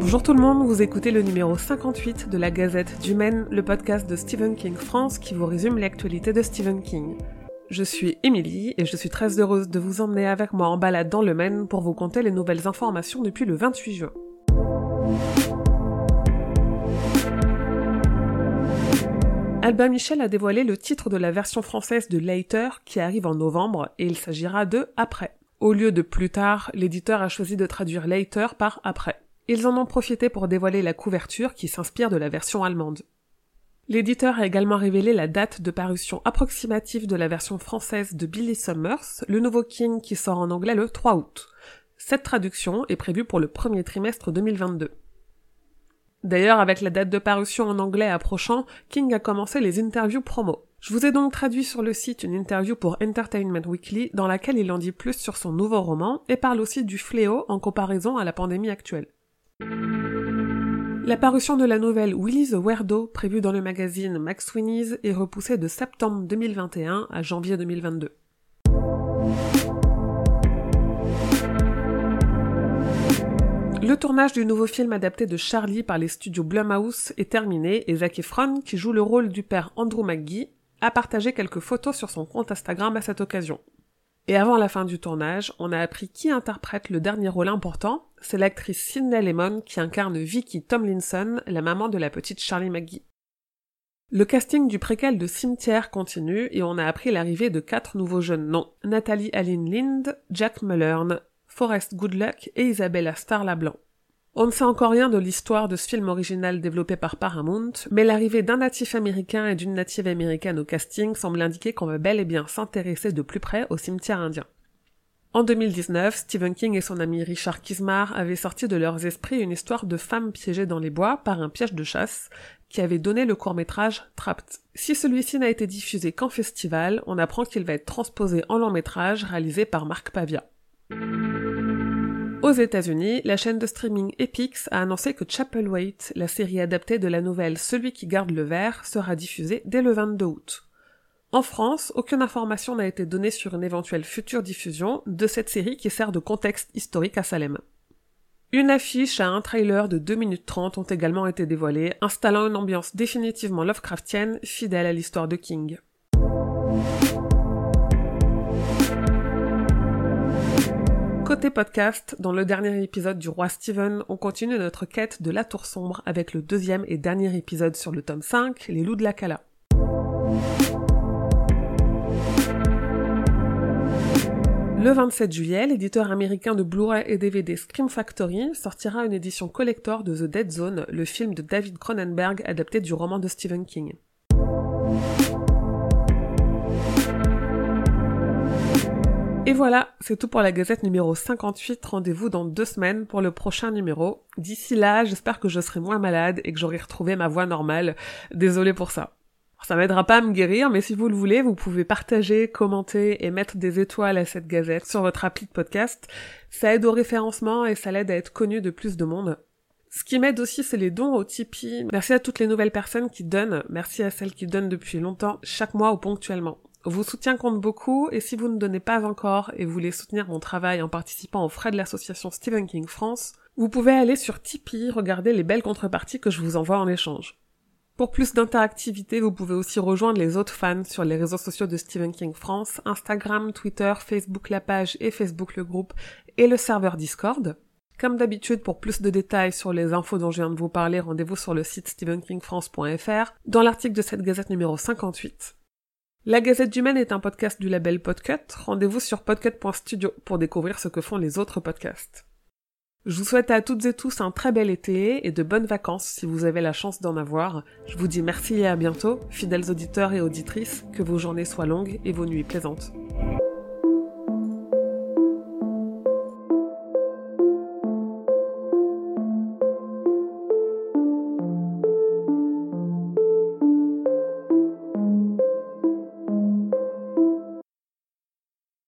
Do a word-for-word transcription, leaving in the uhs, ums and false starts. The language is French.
Bonjour tout le monde, vous écoutez le numéro cinquante-huit de la Gazette du Maine, le podcast de Stephen King France qui vous résume l'actualité de Stephen King. Je suis Émilie et je suis très heureuse de vous emmener avec moi en balade dans le Maine pour vous conter les nouvelles informations depuis le vingt-huit juin. Albin Michel a dévoilé le titre de la version française de Later qui arrive en novembre et il s'agira de Après. Au lieu de plus tard, l'éditeur a choisi de traduire Later par Après. Ils en ont profité pour dévoiler la couverture qui s'inspire de la version allemande. L'éditeur a également révélé la date de parution approximative de la version française de Billy Summers, le nouveau King qui sort en anglais le trois août. Cette traduction est prévue pour le premier trimestre deux mille vingt-deux. D'ailleurs, avec la date de parution en anglais approchant, King a commencé les interviews promo. Je vous ai donc traduit sur le site une interview pour Entertainment Weekly dans laquelle il en dit plus sur son nouveau roman et parle aussi du fléau en comparaison à la pandémie actuelle. La parution de la nouvelle Willy the Weirdo, prévue dans le magazine McSweeney's, est repoussée de septembre deux mille vingt et un à janvier deux mille vingt-deux. Le tournage du nouveau film adapté de Charlie par les studios Blumhouse est terminé et Zac Efron, qui joue le rôle du père Andrew McGee, a partagé quelques photos sur son compte Instagram à cette occasion. Et avant la fin du tournage, on a appris qui interprète le dernier rôle important, c'est l'actrice Sydney Lemon qui incarne Vicky Tomlinson, la maman de la petite Charlie McGee. Le casting du préquel de Cimetière continue et on a appris l'arrivée de quatre nouveaux jeunes noms, Nathalie Aline Lind, Jack Mullern, Forrest Goodluck et Isabella Starr-Lablanc. On ne sait encore rien de l'histoire de ce film original développé par Paramount, mais l'arrivée d'un natif américain et d'une native américaine au casting semble indiquer qu'on va bel et bien s'intéresser de plus près au cimetière indien. En deux mille dix-neuf, Stephen King et son ami Richard Kismar avaient sorti de leurs esprits une histoire de femme piégée dans les bois par un piège de chasse qui avait donné le court-métrage Trapped. Si celui-ci n'a été diffusé qu'en festival, on apprend qu'il va être transposé en long-métrage réalisé par Mark Pavia. Aux États-Unis, la chaîne de streaming Epix a annoncé que Chapelwaite, la série adaptée de la nouvelle Celui qui garde le verre, sera diffusée dès le vingt-deux août. En France, aucune information n'a été donnée sur une éventuelle future diffusion de cette série qui sert de contexte historique à Salem. Une affiche et un trailer de deux minutes trente ont également été dévoilés, installant une ambiance définitivement Lovecraftienne, fidèle à l'histoire de King. Côté podcast, dans le dernier épisode du Roi Stephen, on continue notre quête de la Tour Sombre avec le deuxième et dernier épisode sur le tome cinq, Les Loups de la Cala. Le vingt-sept juillet, l'éditeur américain de Blu-ray et D V D Scream Factory sortira une édition collector de The Dead Zone, le film de David Cronenberg adapté du roman de Stephen King. Et voilà, c'est tout pour la Gazette numéro cinquante-huit, rendez-vous dans deux semaines pour le prochain numéro. D'ici là, j'espère que je serai moins malade et que j'aurai retrouvé ma voix normale. Désolée pour ça. Ça m'aidera pas à me guérir, mais si vous le voulez, vous pouvez partager, commenter et mettre des étoiles à cette Gazette sur votre appli de podcast. Ça aide au référencement et ça l'aide à être connu de plus de monde. Ce qui m'aide aussi, c'est les dons au Tipeee. Merci à toutes les nouvelles personnes qui donnent. Merci à celles qui donnent depuis longtemps, chaque mois ou ponctuellement. Vos soutiens comptent beaucoup, et si vous ne donnez pas encore et voulez soutenir mon travail en participant aux frais de l'association Stephen King France, vous pouvez aller sur Tipeee regarder les belles contreparties que je vous envoie en échange. Pour plus d'interactivité, vous pouvez aussi rejoindre les autres fans sur les réseaux sociaux de Stephen King France, Instagram, Twitter, Facebook la page et Facebook le groupe, et le serveur Discord. Comme d'habitude, pour plus de détails sur les infos dont je viens de vous parler, rendez-vous sur le site stephen king france point f r, dans l'article de cette Gazette numéro cinquante-huit. La Gazette du Maine est un podcast du label Podcut. Rendez-vous sur podcut point studio pour découvrir ce que font les autres podcasts. Je vous souhaite à toutes et tous un très bel été et de bonnes vacances si vous avez la chance d'en avoir. Je vous dis merci et à bientôt, fidèles auditeurs et auditrices, que vos journées soient longues et vos nuits plaisantes.